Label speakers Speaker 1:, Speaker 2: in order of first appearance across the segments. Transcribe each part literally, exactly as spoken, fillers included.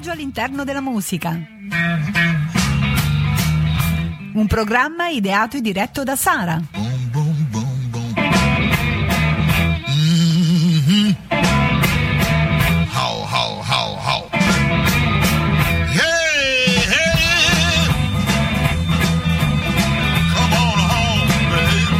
Speaker 1: Viaggio all'interno della musica. Un programma ideato e diretto da Sara.
Speaker 2: Boom, boom, boom, boom. Mm-hmm. How, how, how, how. Hey, hey. Come on home, babe.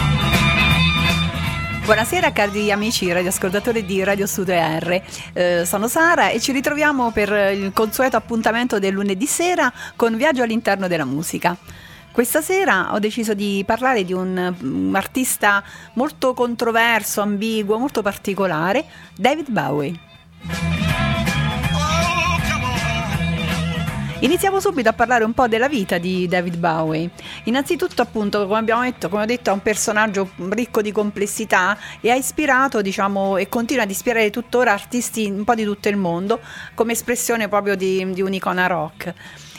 Speaker 1: Buonasera cari amici radioascoltatori di Radio Studio R, eh, sono Sara e ci ritroviamo per il consueto appuntamento del lunedì sera con Viaggio all'interno della musica. Questa sera ho deciso di parlare di un, un artista molto controverso, ambiguo, molto particolare, David Bowie. Iniziamo subito a parlare un po' della vita di David Bowie. Innanzitutto, appunto, come abbiamo detto, come ho detto, è un personaggio ricco di complessità e ha ispirato, diciamo, e continua ad ispirare tuttora artisti un po' di tutto il mondo, come espressione proprio di, di un'icona rock.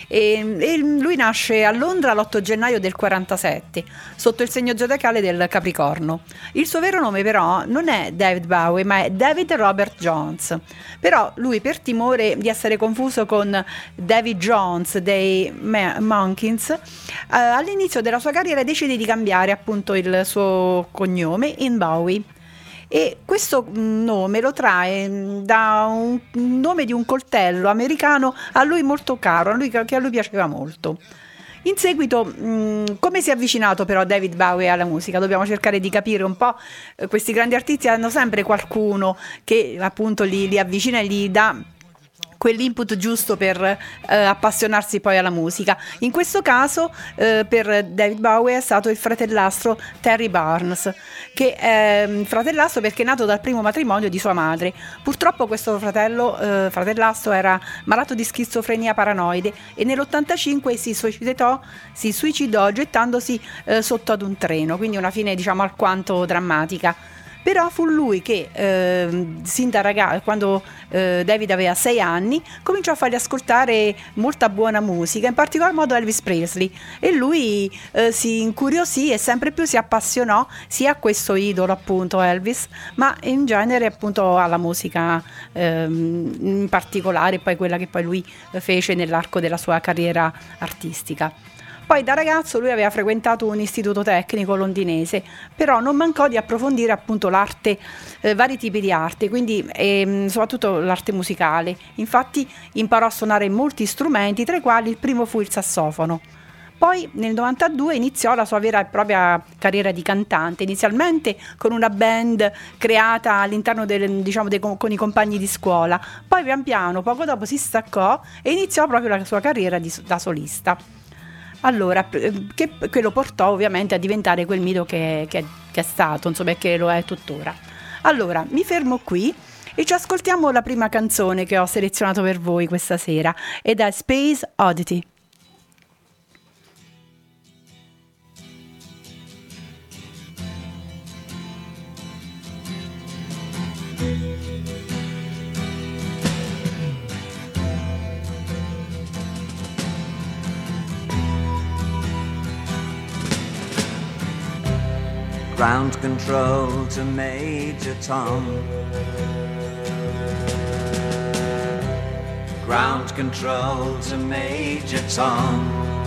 Speaker 1: E, e lui nasce a Londra l'otto gennaio del quarantasette sotto il segno zodiacale del Capricorno. Il suo vero nome però non è David Bowie, ma è David Robert Jones. Però lui, per timore di essere confuso con David Jones dei Monkees, eh, all'inizio della sua carriera decide di cambiare appunto il suo cognome in Bowie. E questo nome lo trae da un nome di un coltello americano a lui molto caro, a lui, che a lui piaceva molto. In seguito, mh, come si è avvicinato però David Bowie alla musica? Dobbiamo cercare di capire un po'. Questi grandi artisti hanno sempre qualcuno che appunto li, li avvicina e gli dà quell'input giusto per eh, appassionarsi poi alla musica. In questo caso eh, per David Bowie è stato il fratellastro Terry Barnes, che è um, fratellastro perché è nato dal primo matrimonio di sua madre. Purtroppo questo fratello eh, fratellastro era malato di schizofrenia paranoide e nell'ottantacinque si suicidò, si suicidò gettandosi eh, sotto ad un treno, quindi una fine diciamo alquanto drammatica. Però fu lui che eh, sin da ragazzo, quando eh, David aveva sei anni, cominciò a fargli ascoltare molta buona musica, in particolar modo Elvis Presley, e lui eh, si incuriosì e sempre più si appassionò sia a questo idolo appunto Elvis, ma in genere appunto alla musica eh, in particolare, poi quella che poi lui fece nell'arco della sua carriera artistica. Poi da ragazzo lui aveva frequentato un istituto tecnico londinese, però non mancò di approfondire appunto l'arte, eh, vari tipi di arte, quindi ehm, soprattutto l'arte musicale. Infatti imparò a suonare molti strumenti, tra i quali il primo fu il sassofono. Poi nel novantadue iniziò la sua vera e propria carriera di cantante, inizialmente con una band creata all'interno del, diciamo, dei, con i compagni di scuola. Poi pian piano, poco dopo si staccò e iniziò proprio la sua carriera di, da solista. Allora, che, che lo portò ovviamente a diventare quel mito che, che, che è stato, insomma, e che lo è tuttora. Allora, mi fermo qui e ci ascoltiamo la prima canzone che ho selezionato per voi questa sera, ed è Space Oddity.
Speaker 3: Ground control to Major Tom. Ground control to Major Tom.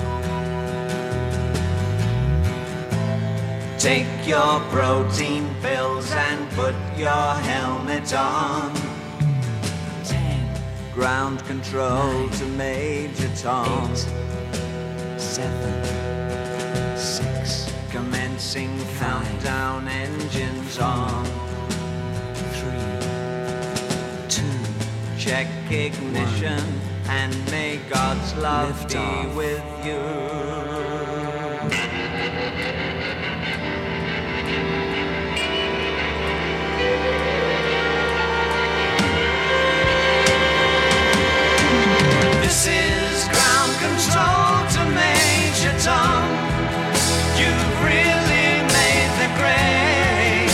Speaker 3: Take your protein pills and put your helmet on. Ten. Ground control nine, to Major Tom. Eight, seven, six. Commencing countdown, engines on. Three, two, check ignition, one, and may God's love be off with you. This is ground control to Major Tom. You've really made the grade,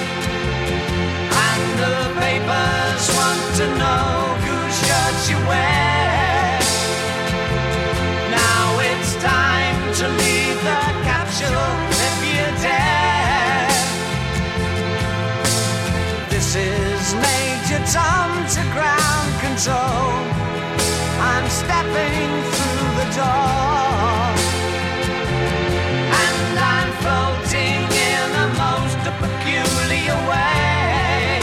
Speaker 3: and the papers want to know whose shirts you wear. Now it's time stepping through the door, and I'm floating in a most peculiar way,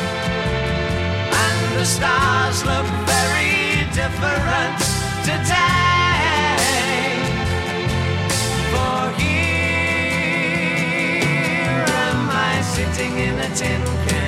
Speaker 3: and the stars look very different today, for here am I sitting in a tin can.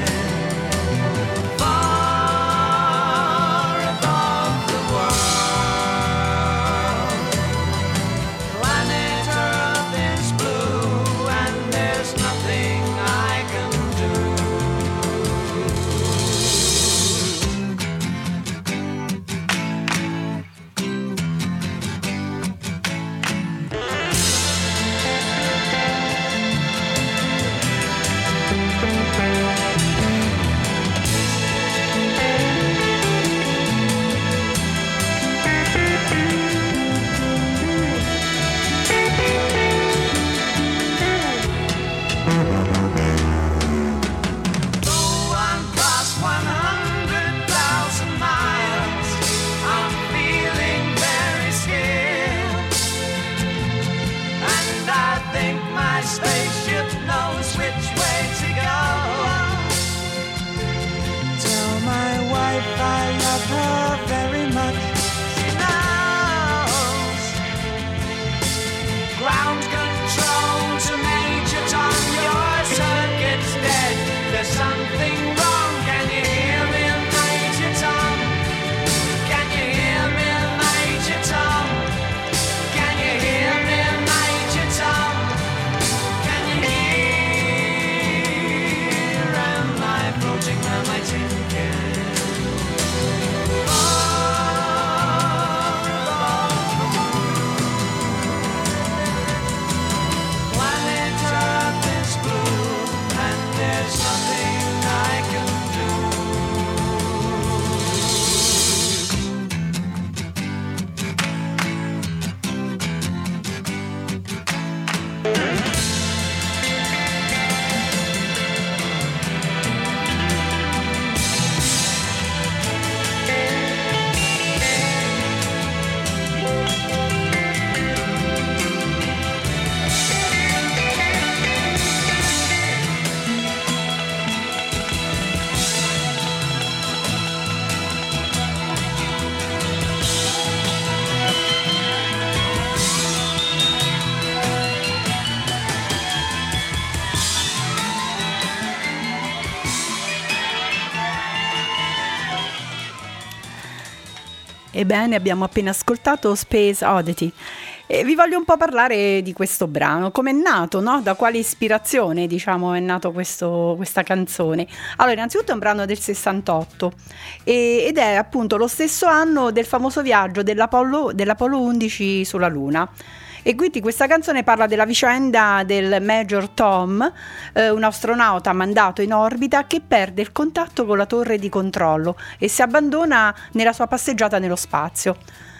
Speaker 1: Ebbene, abbiamo appena ascoltato Space Oddity e vi voglio un po' parlare di questo brano, come è nato, no? Da quale ispirazione, diciamo, è nato questo, questa canzone. Allora, innanzitutto è un brano del sessantotto e, ed è appunto lo stesso anno del famoso viaggio dell'Apollo, dell'Apollo undici sulla Luna. E quindi questa canzone parla della vicenda del Major Tom, eh, un astronauta mandato in orbita che perde il contatto con la torre di controllo e si abbandona nella sua passeggiata nello spazio.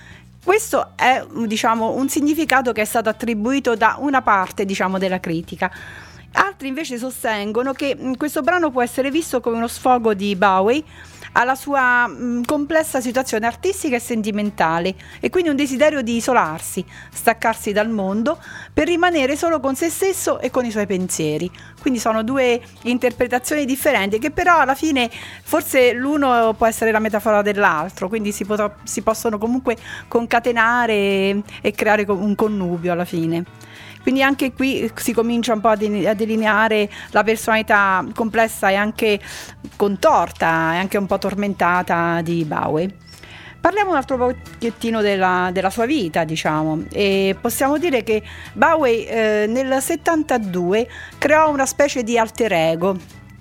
Speaker 1: Questo è, diciamo, un significato che è stato attribuito da una parte, diciamo, della critica. Altri invece sostengono che questo brano può essere visto come uno sfogo di Bowie alla sua mh, complessa situazione artistica e sentimentale e quindi un desiderio di isolarsi, staccarsi dal mondo per rimanere solo con se stesso e con i suoi pensieri. Quindi sono due interpretazioni differenti che però alla fine forse l'uno può essere la metafora dell'altro, quindi si, potrà, si possono comunque concatenare e, e creare un connubio alla fine. Quindi anche qui si comincia un po' a delineare la personalità complessa e anche contorta e anche un po' tormentata di Bowie. Parliamo un altro pochettino della, della sua vita, diciamo, e possiamo dire che Bowie eh, nel settantadue creò una specie di alter ego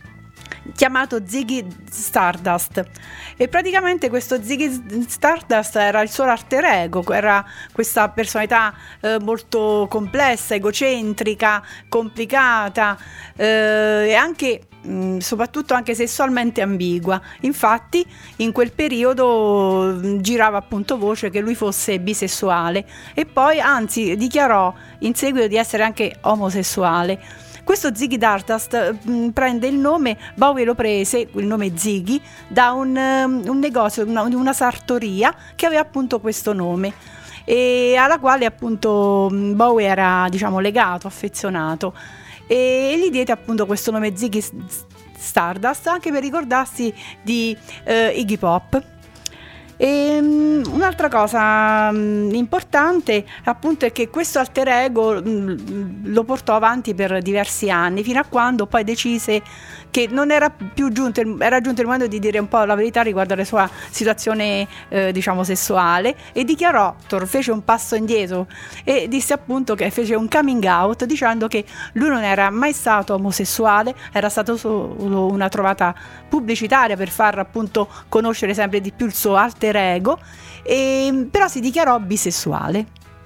Speaker 1: chiamato Ziggy Stardust e praticamente questo Ziggy Stardust era il suo alter ego, era questa personalità eh, molto complessa, egocentrica, complicata eh, e anche mh, soprattutto anche sessualmente ambigua. Infatti in quel periodo mh, girava appunto voce che lui fosse bisessuale e poi anzi dichiarò in seguito di essere anche omosessuale. Questo Ziggy Stardust mh, prende il nome, Bowie lo prese, il nome Ziggy, da un, um, un negozio, una, una sartoria che aveva appunto questo nome, e alla quale appunto Bowie era, diciamo, legato, affezionato, e gli diede appunto questo nome Ziggy Stardust anche per ricordarsi di eh, Iggy Pop. E um, un'altra cosa um, importante appunto è che questo alter ego um, lo portò avanti per diversi anni, fino a quando poi decise che non era più giunto il, era giunto il momento di dire un po' la verità riguardo alla sua situazione eh, diciamo sessuale, e dichiarò, fece un passo indietro e disse appunto che fece un coming out dicendo che lui non era mai stato omosessuale, era stato solo una trovata pubblicitaria per far appunto conoscere sempre di più il suo alter ego, e però si dichiarò bisessuale.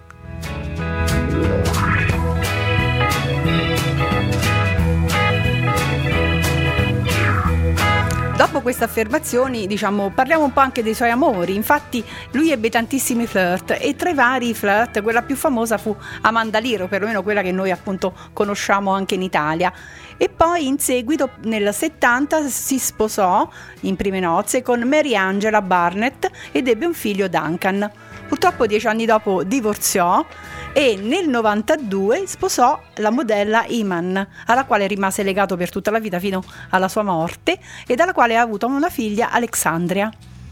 Speaker 1: Dopo queste affermazioni, diciamo, parliamo un po' anche dei suoi amori. Infatti lui ebbe tantissimi flirt, e tra i vari flirt quella più famosa fu Amanda Lear, o perlomeno quella che noi appunto conosciamo anche in Italia. E poi in seguito nel settanta si sposò in prime nozze con Mary Angela Barnett ed ebbe un figlio, Duncan. Purtroppo dieci anni dopo divorziò e nel novantadue sposò la modella Iman, alla quale rimase legato per tutta la vita fino alla sua morte, e dalla quale ha avuto una figlia, Alexandria.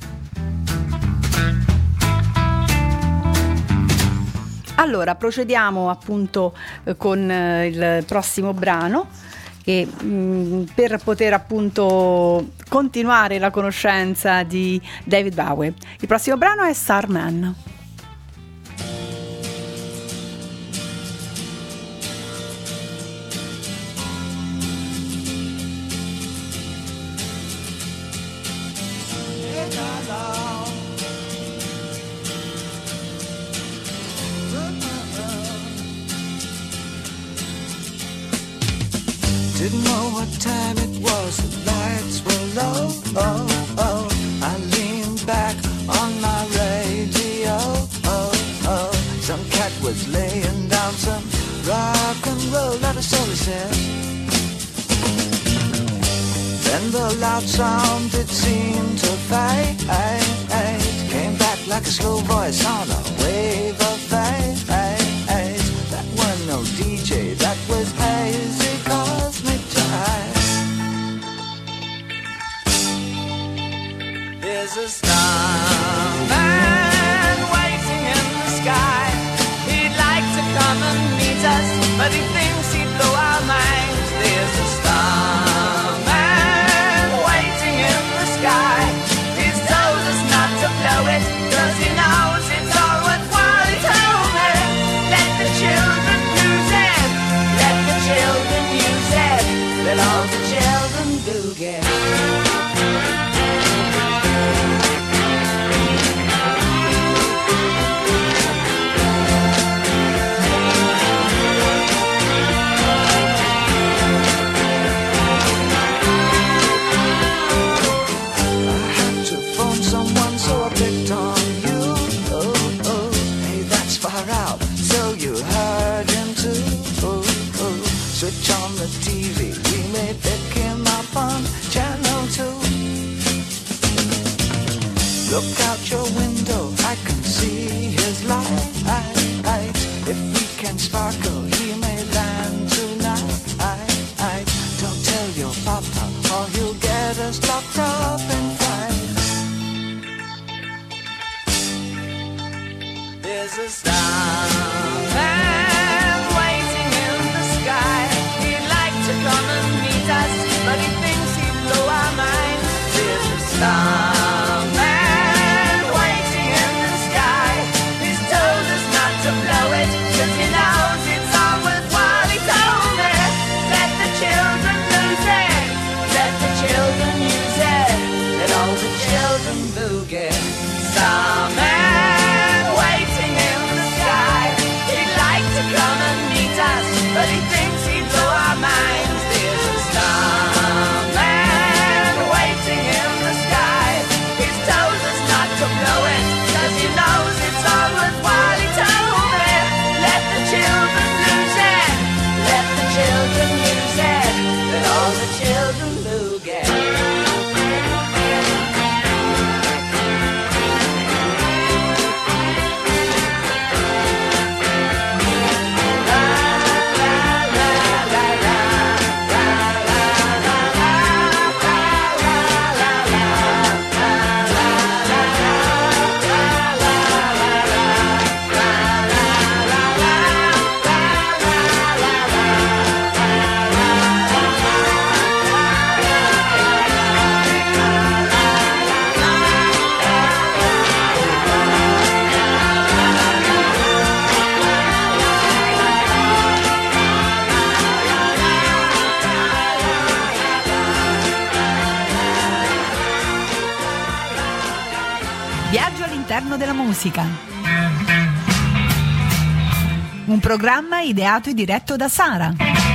Speaker 1: Allora procediamo appunto eh, con eh, il prossimo brano, e mh, per poter appunto continuare la conoscenza di David Bowie. Il prossimo brano è Starman.
Speaker 4: Didn't know what time it was, the lights were low. Oh, oh. I leaned back on my radio. Oh, oh. Some cat was laying down some rock and roll, that is all he said. Then the loud sound, it seemed to fade. Came back like a slow voice on a wave of fade. That was no D J, that was hazy cosmic jive. There's a starman waiting in the sky. He'd like to come and meet us, but he thinks he'd blow our minds. There's a starman waiting in the sky. He's told us not to blow it, 'cause he knows it's all worthwhile. He told me, let the children use it, let the children use it, let all the children boogie. Switch on the T V, we may pick him up on channel two. Look out your window, I can see his light. If we can sparkle, he may land tonight. Don't tell your papa, or he'll get us locked up in fight. There's a starman waiting in the sky. He'd like to come and meet us, but he thinks he'd blow our minds. There's a starman waiting in the sky. He's told us not to blow it, 'cause he knows it's all worthwhile. He told me, let the children lose it, let the children use it, let all the children boogie. Starman waiting in the sky. He'd like to come and meet us, but he thinks he'd blow our minds. There's a starman waiting in the sky.
Speaker 1: all'interno della musica. Un programma ideato e diretto da Sara.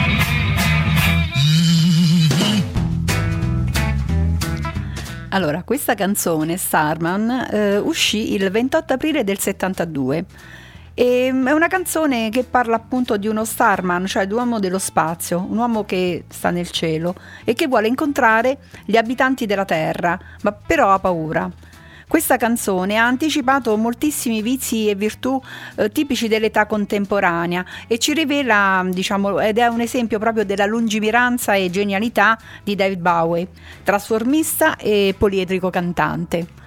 Speaker 1: Allora, questa canzone, Starman, eh, uscì il ventotto aprile del settantadue. E è una canzone che parla appunto di uno Starman, cioè di un uomo dello spazio, un uomo che sta nel cielo e che vuole incontrare gli abitanti della Terra, ma però ha paura. Questa canzone ha anticipato moltissimi vizi e virtù eh, tipici dell'età contemporanea e ci rivela, diciamo, ed è un esempio proprio della lungimiranza e genialità di David Bowie, trasformista e poliedrico cantante.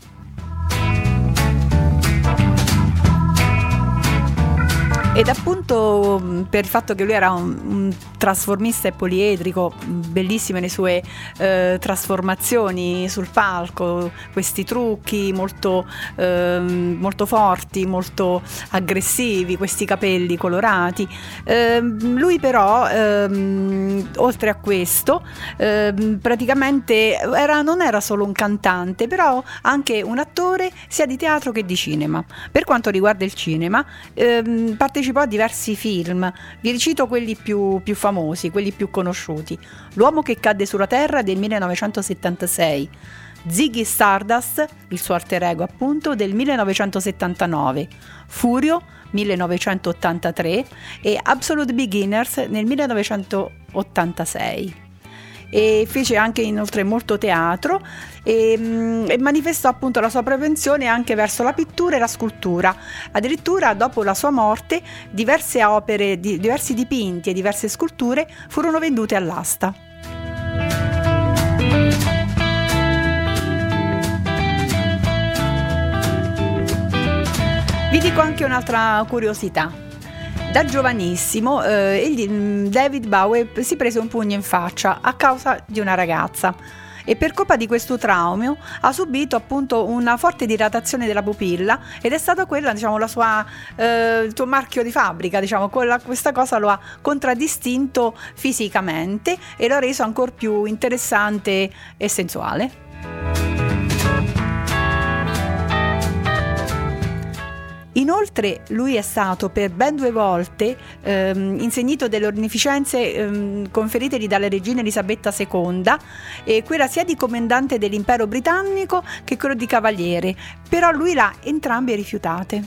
Speaker 1: Ed appunto per il fatto che lui era un, un trasformista e poliedrico, bellissime le sue eh, trasformazioni sul palco, questi trucchi molto, eh, molto forti, molto aggressivi, questi capelli colorati. Eh, lui però, eh, oltre a questo, eh, praticamente era, non era solo un cantante, però anche un attore sia di teatro che di cinema. Per quanto riguarda il cinema, eh, partecipò a diversi film, vi ricito quelli più, più famosi, quelli più conosciuti: L'uomo che cadde sulla terra del millenovecentosettantasei, Ziggy Stardust, il suo alter ego appunto, del millenovecentosettantanove, Furio millenovecentottantatré e Absolute Beginners nel millenovecentottantasei. E fece anche inoltre molto teatro e, e manifestò appunto la sua propensione anche verso la pittura e la scultura. Addirittura dopo la sua morte diverse opere, di, diversi dipinti e diverse sculture furono vendute all'asta. Vi dico anche un'altra curiosità. Da giovanissimo eh, egli, David Bowie si prese un pugno in faccia a causa di una ragazza e per colpa di questo trauma ha subito appunto una forte dilatazione della pupilla ed è stata quella, diciamo, la sua, eh, il suo marchio di fabbrica, diciamo, quella, questa cosa lo ha contraddistinto fisicamente e lo ha reso ancora più interessante e sensuale. Inoltre lui è stato per ben due volte ehm, insignito delle onorificenze ehm, conferitegli dalla regina Elisabetta seconda, e quella sia di comandante dell'impero britannico che quello di cavaliere, però lui l'ha entrambe rifiutate.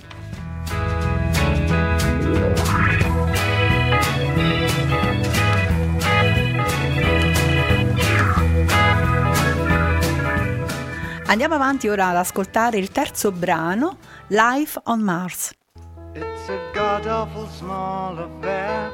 Speaker 1: Andiamo avanti ora ad ascoltare il terzo brano, Life on Mars.
Speaker 5: It's a god-awful small affair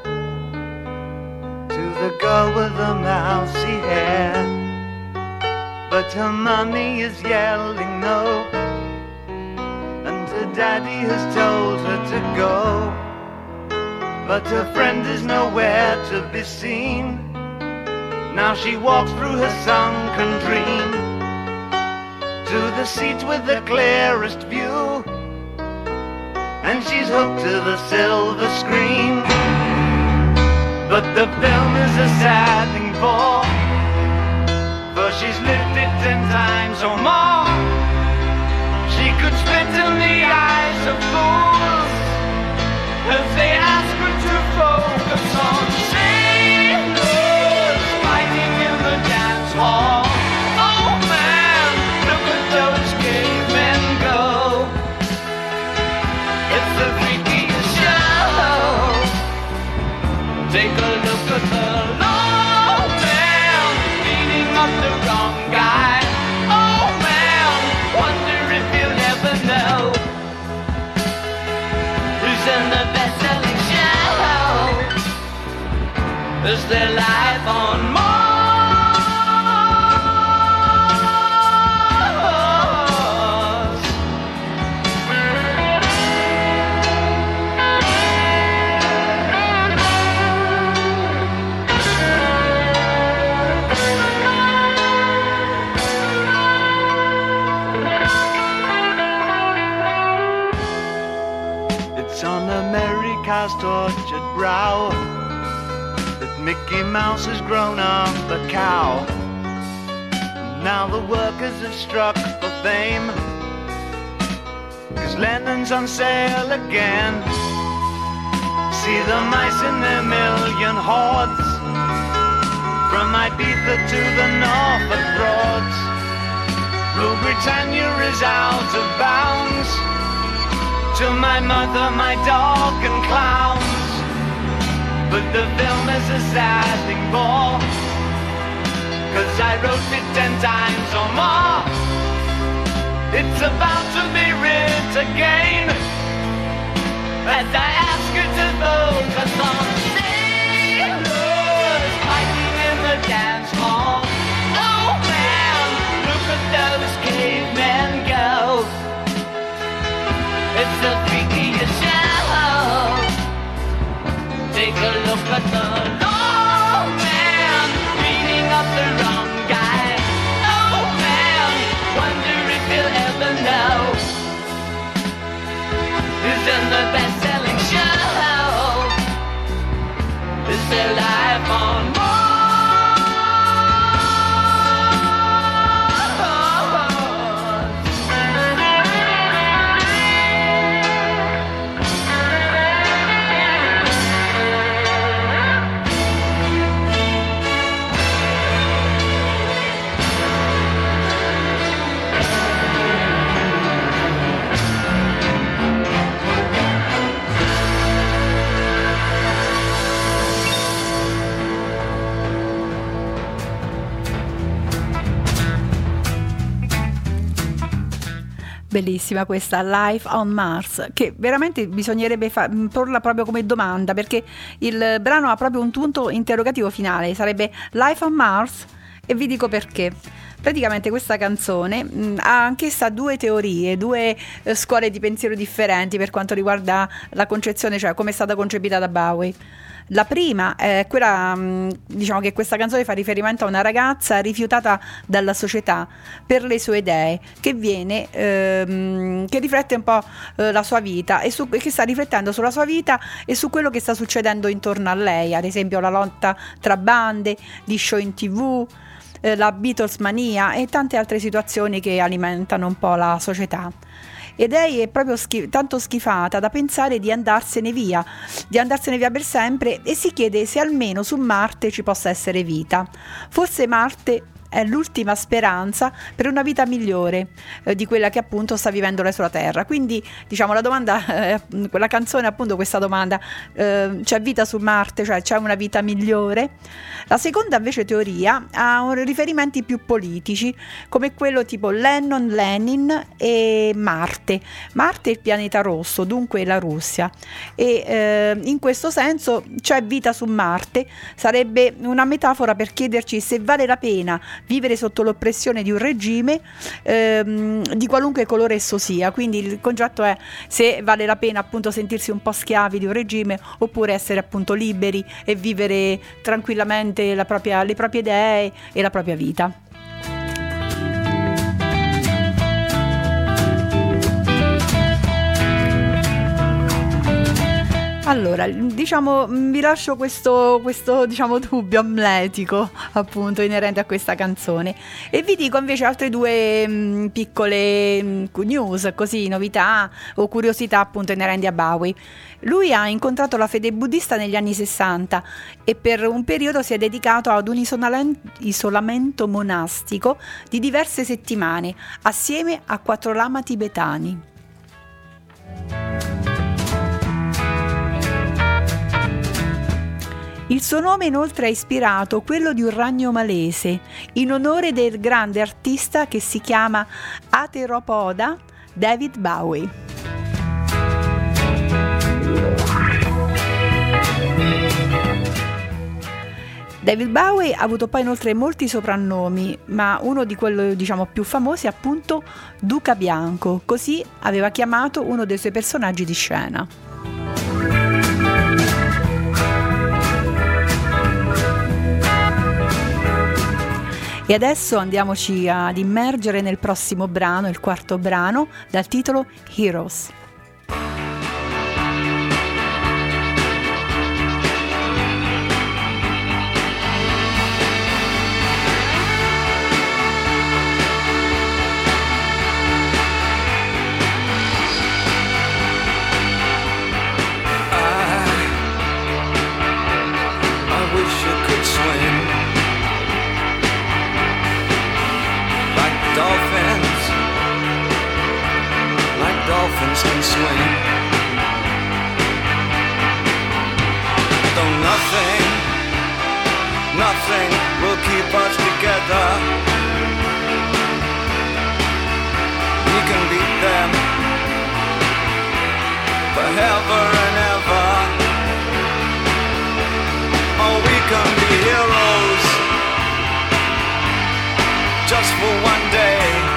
Speaker 5: to the girl with the mousy hair, but her mommy is yelling no, and her daddy has told her to go, but her friend is nowhere to be seen. Now she walks through her sunken dream to the seat with the clearest view, and she's hooked to the silver screen. But the film is a sad thing for, for she's lived it ten times or more. She could spit in the eyes of fools if they ask her to focus on sailors fighting in the dance hall. Take a look at the low man beating up the wrong guy. Oh man, wonder if you'll ever know who's in the best-selling show. Is there life on Mars? America's tortured brow that Mickey Mouse has grown up a cow. Now the workers have struck for fame, 'cause Lennon's on sale again. See the mice in their million hordes, from Ibiza to the Norfolk Broads. Rule Britannia is out of bounds, to my mother, my dog and clowns. But the film is a sad thing more, 'cause I wrote it ten times or more. It's about to be writ again, as I ask you to vote for some sailors fighting in the dance hall. Oh man, look at those cavemen go. It's the freakiest show. Take a look at the long man beating up the wrong guy. Oh man, wonder if he'll ever know. Isn't the best-selling show? Is there life on Mars?
Speaker 1: Bellissima questa Life on Mars, che veramente bisognerebbe fa- porla proprio come domanda, perché il brano ha proprio un punto interrogativo finale, sarebbe Life on Mars, e vi dico perché. Praticamente questa canzone mh, ha anch'essa due teorie, due eh, scuole di pensiero differenti per quanto riguarda la concezione, cioè come è stata concepita da Bowie. La prima è quella, diciamo, che questa canzone fa riferimento a una ragazza rifiutata dalla società per le sue idee, che viene ehm, che riflette un po' eh, la sua vita e su, che sta riflettendo sulla sua vita e su quello che sta succedendo intorno a lei, ad esempio la lotta tra bande, gli show in tv, eh, la Beatles mania e tante altre situazioni che alimentano un po' la società. Ed lei è proprio schif- tanto schifata da pensare di andarsene via, di andarsene via per sempre, e si chiede se almeno su Marte ci possa essere vita. Forse Marte è l'ultima speranza per una vita migliore eh, di quella che appunto sta vivendo lei sulla Terra. Quindi diciamo la domanda, eh, quella canzone appunto questa domanda, eh, c'è vita su Marte, cioè c'è una vita migliore? La seconda invece teoria ha un, riferimenti più politici, come quello tipo Lennon, Lenin e Marte. Marte è il pianeta rosso, dunque la Russia, e eh, in questo senso c'è vita su Marte sarebbe una metafora per chiederci se vale la pena vivere sotto l'oppressione di un regime ehm, di qualunque colore esso sia. Quindi il concetto è se vale la pena appunto sentirsi un po' schiavi di un regime, oppure essere appunto liberi e vivere tranquillamente la propria, le proprie idee e la propria vita. Allora, diciamo, vi lascio questo, questo diciamo, dubbio amletico appunto inerente a questa canzone, e vi dico invece altre due mh, piccole mh, news, così, novità o curiosità appunto inerenti a Bowie. Lui ha incontrato la fede buddista negli anni sessanta e per un periodo si è dedicato ad un isolamento monastico di diverse settimane assieme a quattro lama tibetani. Il suo nome inoltre ha ispirato quello di un ragno malese, in onore del grande artista che si chiama Ateropoda David Bowie. David Bowie ha avuto poi inoltre molti soprannomi, ma uno di quelli diciamo più famosi è appunto Duca Bianco, così aveva chiamato uno dei suoi personaggi di scena. E adesso andiamoci ad immergere nel prossimo brano, il quarto brano, dal titolo Heroes.
Speaker 4: dance can swing. Though nothing, nothing will keep us together. We can beat them forever and ever. Oh, we can be heroes just for one day.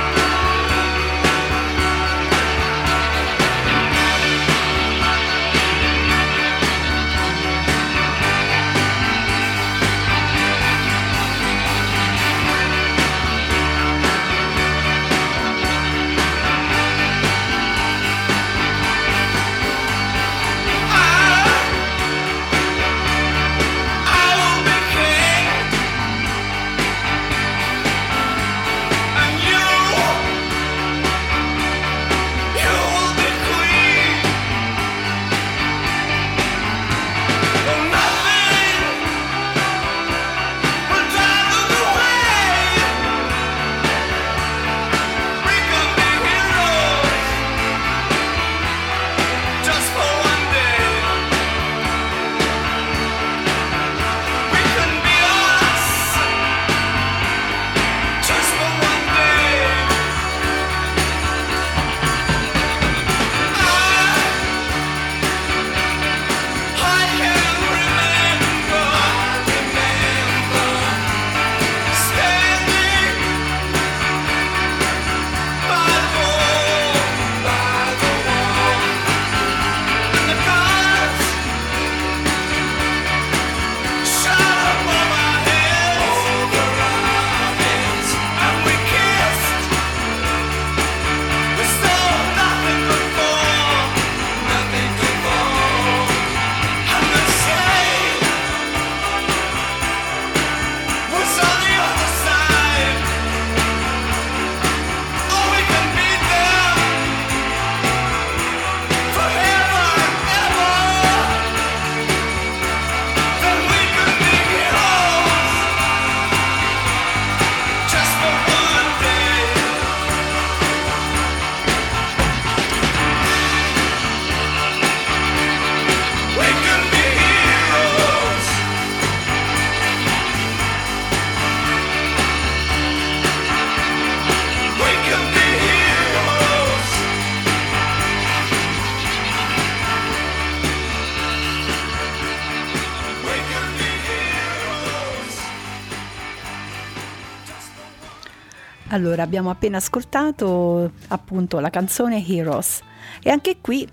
Speaker 1: Allora, abbiamo appena ascoltato appunto la canzone Heroes e anche qui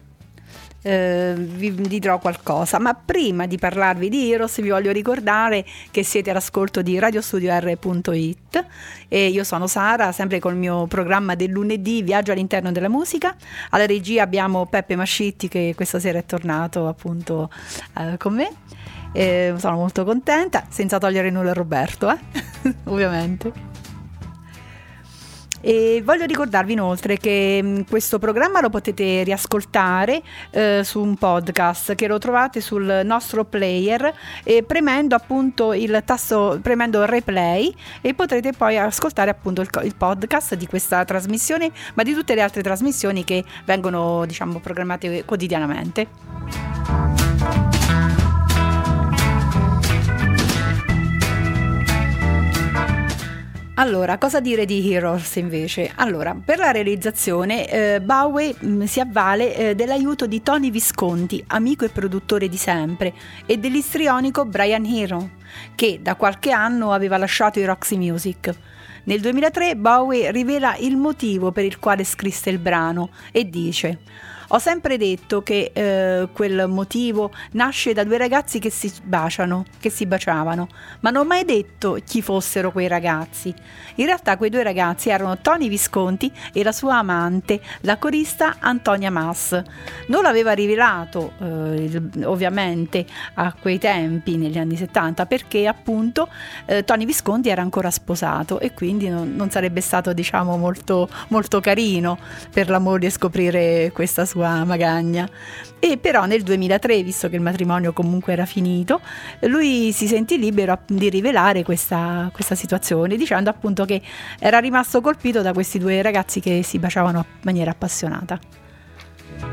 Speaker 1: eh, vi, vi dirò qualcosa, ma prima di parlarvi di Heroes vi voglio ricordare che siete all'ascolto di radio studio r punto it e io sono Sara, sempre col mio programma del lunedì Viaggio all'interno della musica. Alla regia abbiamo Peppe Mascitti che questa sera è tornato appunto eh, con me. Eh, sono molto contenta, senza togliere nulla a Roberto, eh? ovviamente. E voglio ricordarvi inoltre che mh, questo programma lo potete riascoltare eh, su un podcast che lo trovate sul nostro player e premendo appunto il tasto, premendo replay, e potrete poi ascoltare appunto il, il podcast di questa trasmissione, ma di tutte le altre trasmissioni che vengono, diciamo, programmate quotidianamente. Allora, cosa dire di Heroes invece? Allora, per la realizzazione eh, Bowie mh, si avvale eh, dell'aiuto di Tony Visconti, amico e produttore di sempre, e dell'istrionico Brian Eno, che da qualche anno aveva lasciato i Roxy Music. Nel duemilatré Bowie rivela il motivo per il quale scrisse il brano e dice: ho sempre detto che eh, quel motivo nasce da due ragazzi che si baciano, che si baciavano, ma non ho mai detto chi fossero quei ragazzi. In realtà quei due ragazzi erano Tony Visconti e la sua amante, la corista Antonia Mas. Non l'aveva rivelato eh, ovviamente a quei tempi, negli anni settanta, perché appunto eh, Tony Visconti era ancora sposato e quindi non, non sarebbe stato, diciamo, molto, molto carino per la moglie scoprire questa sua magagna. E però nel duemilatré, visto che il matrimonio comunque era finito, lui si sentì libero di rivelare questa, questa situazione, dicendo appunto che era rimasto colpito da questi due ragazzi che si baciavano in maniera appassionata.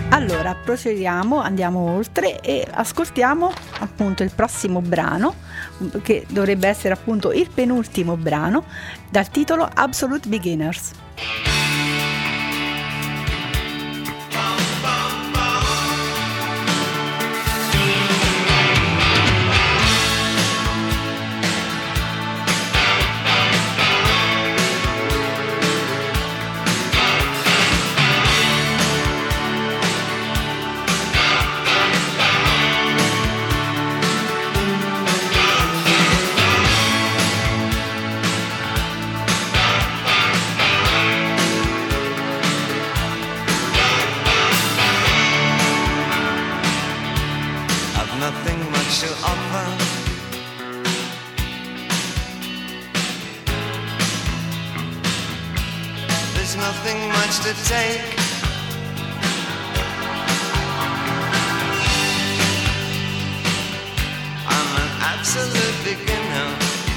Speaker 1: Allora, procediamo, andiamo oltre e ascoltiamo appunto il prossimo brano, che dovrebbe essere appunto il penultimo brano, dal titolo Absolute Beginners.
Speaker 4: Nothing much to take. I'm an absolute beginner.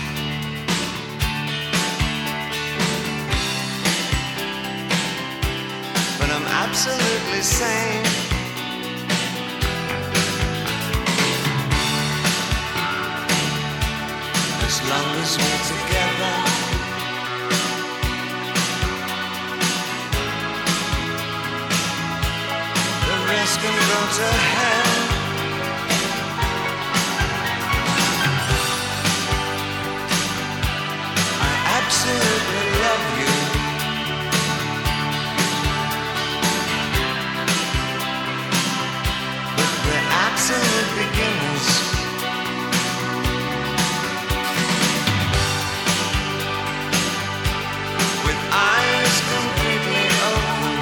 Speaker 4: But I'm absolutely sane. As long as we're together. Can go to hell. I absolutely love you. But we're absolute beginners. With eyes completely open.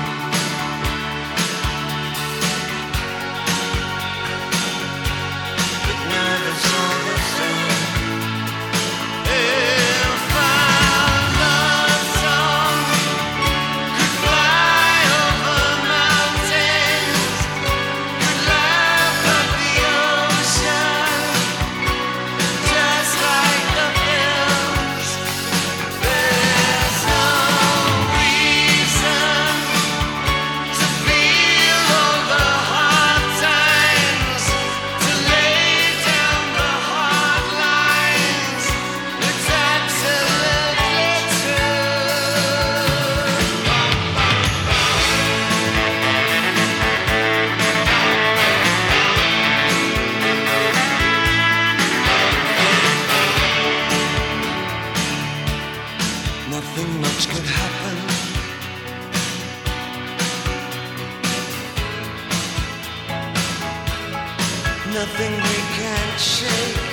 Speaker 4: Nothing we can't shake.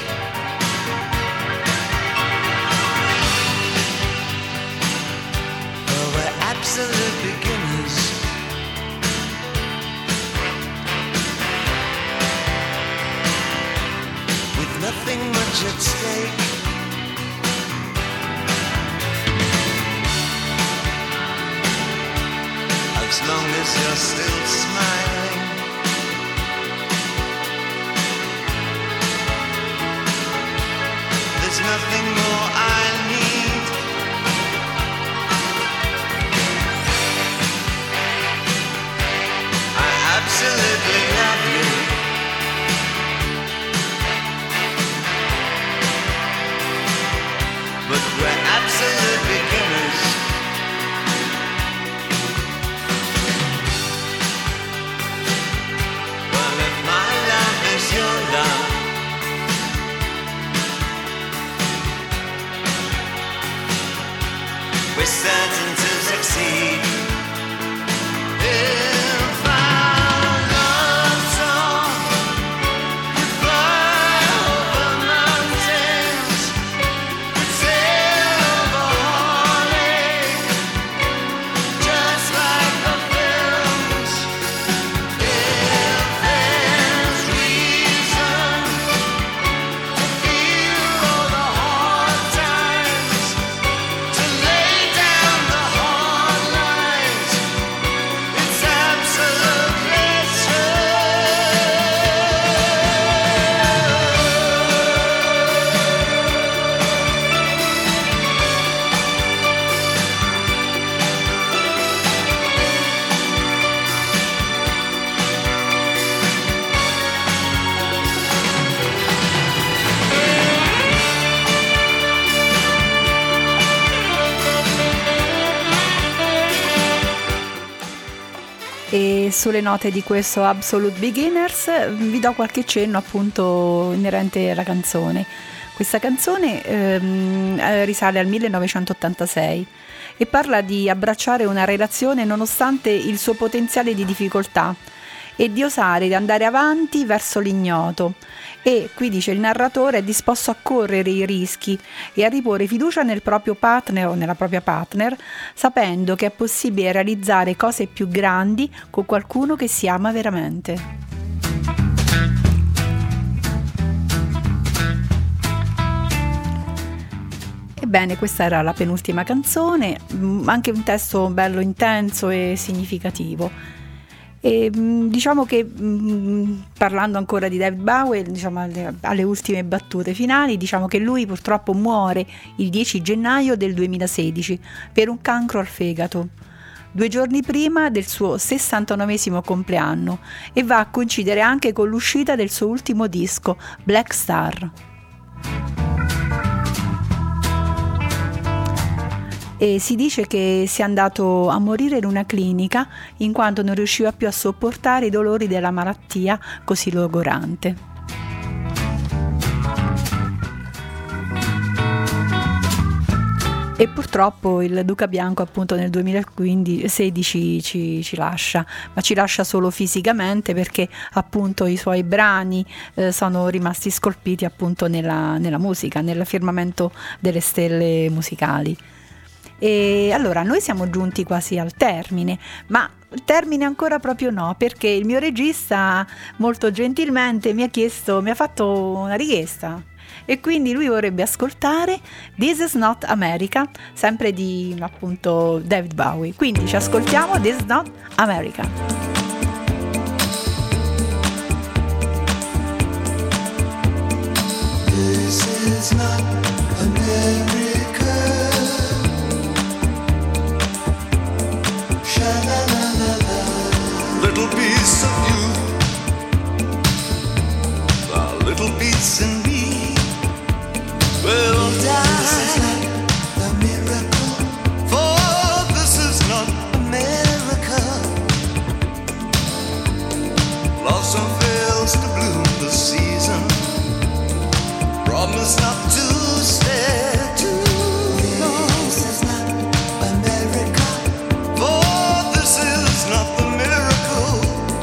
Speaker 4: Oh, we're absolute beginners. With nothing much at stake. As long as you're still smiling. There's nothing more I need. I absolutely love you. But we're absolute beginners. Well, if my love is your love, we're certain to succeed. If our love
Speaker 1: sulle note di questo Absolute Beginners vi do qualche cenno appunto inerente alla canzone. Questa canzone ehm, risale al millenovecentottantasei e parla di abbracciare una relazione nonostante il suo potenziale di difficoltà e di osare di andare avanti verso l'ignoto. E qui dice il narratore è disposto a correre i rischi e a riporre fiducia nel proprio partner o nella propria partner, sapendo che è possibile realizzare cose più grandi con qualcuno che si ama veramente. Ebbene, questa era la penultima canzone, anche un testo bello intenso e significativo. E diciamo che mh, parlando ancora di David Bowie, diciamo alle, alle ultime battute finali, diciamo che lui purtroppo muore il dieci gennaio del duemilasedici per un cancro al fegato, due giorni prima del suo sessantanovesimo compleanno, e va a coincidere anche con l'uscita del suo ultimo disco, Black Star. E si dice che sia andato a morire in una clinica in quanto non riusciva più a sopportare i dolori della malattia così logorante. E purtroppo il Duca Bianco appunto nel duemilasedici ci, ci lascia, ma ci lascia solo fisicamente, perché appunto i suoi brani eh, sono rimasti scolpiti appunto nella, nella musica, nel firmamento delle stelle musicali. E allora noi siamo giunti quasi al termine, ma il termine ancora proprio no, perché il mio regista molto gentilmente mi ha chiesto, mi ha fatto una richiesta, e quindi lui vorrebbe ascoltare This Is Not America, sempre di appunto David Bowie. Quindi ci ascoltiamo This Is Not America.
Speaker 6: This is not America. Little piece of you, a little piece in me will die. This is not a miracle, for this is not America. Blossom fails to bloom this season, promise not to stay too long. This is not America, for this is not the miracle.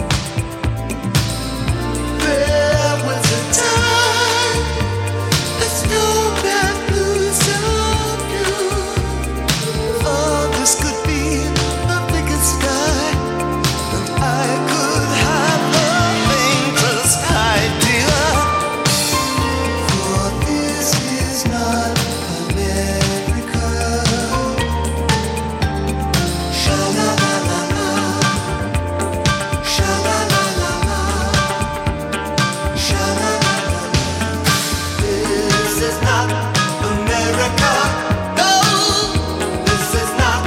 Speaker 6: There was a time, let's go back, lose of you. Oh, this could be the biggest sky, and I could have the faintest idea. For this is not America. Sha-la-la-la-la, sha-la-la-la-la, sha-la-la-la-la. This is not America. No, this is not.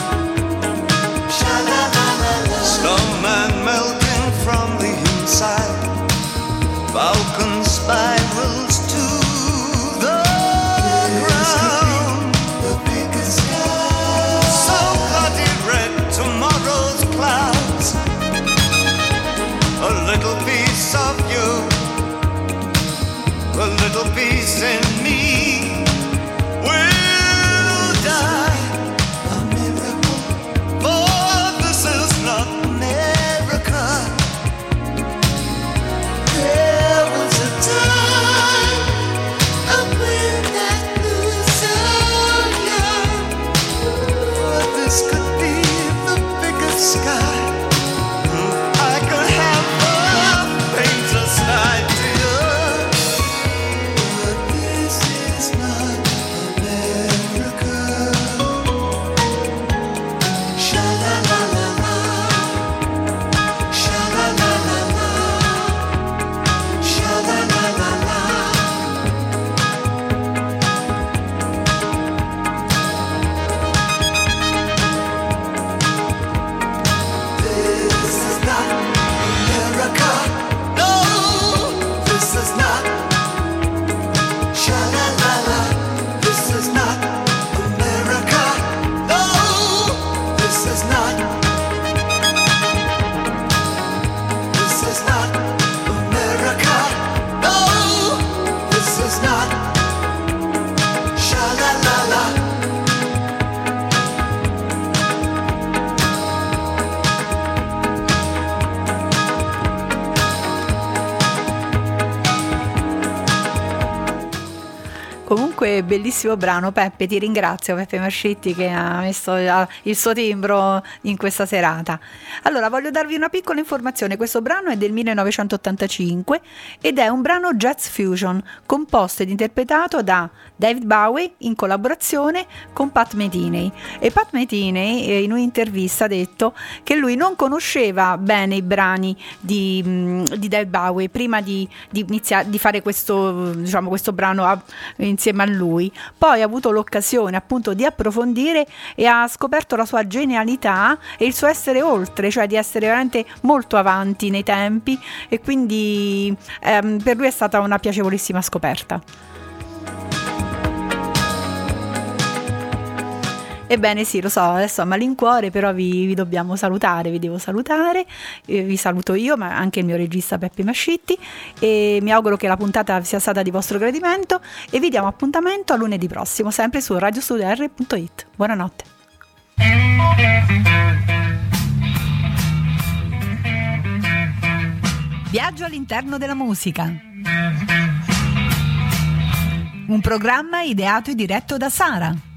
Speaker 6: Sha-la-la-la-la. Snowman melting from the inside, Falcon spirals to the ground. The biggest sky. So bloody red, tomorrow's clouds. A little piece of you, a little piece in me will die. A miracle, for this is not America. There was a time, a wind that blew so young. For this could be the biggest sky. I could have the faintest idea. But this
Speaker 1: Comunque bellissimo brano, Peppe, ti ringrazio, Peppe Mascetti, che ha messo il suo timbro in questa serata. Allora voglio darvi una piccola informazione: questo brano è del millenovecentottantacinque ed è un brano jazz fusion composto ed interpretato da David Bowie in collaborazione con Pat Metheny. E Pat Metheny in un'intervista ha detto che lui non conosceva bene i brani di, di David Bowie prima di, di iniziare di fare questo, diciamo, questo brano a, insieme a lui. Poi ha avuto l'occasione appunto di approfondire e ha scoperto la sua genialità e il suo essere oltre, cioè di essere veramente molto avanti nei tempi, e quindi ehm, per lui è stata una piacevolissima scoperta. Ebbene sì, lo so, adesso a malincuore, però vi, vi dobbiamo salutare, vi devo salutare, eh, vi saluto io, ma anche il mio regista Peppe Mascitti, e mi auguro che la puntata sia stata di vostro gradimento e vi diamo appuntamento a lunedì prossimo, sempre su radio studio r punto it. Buonanotte. Viaggio all'interno della musica. Un programma ideato e diretto da Sara.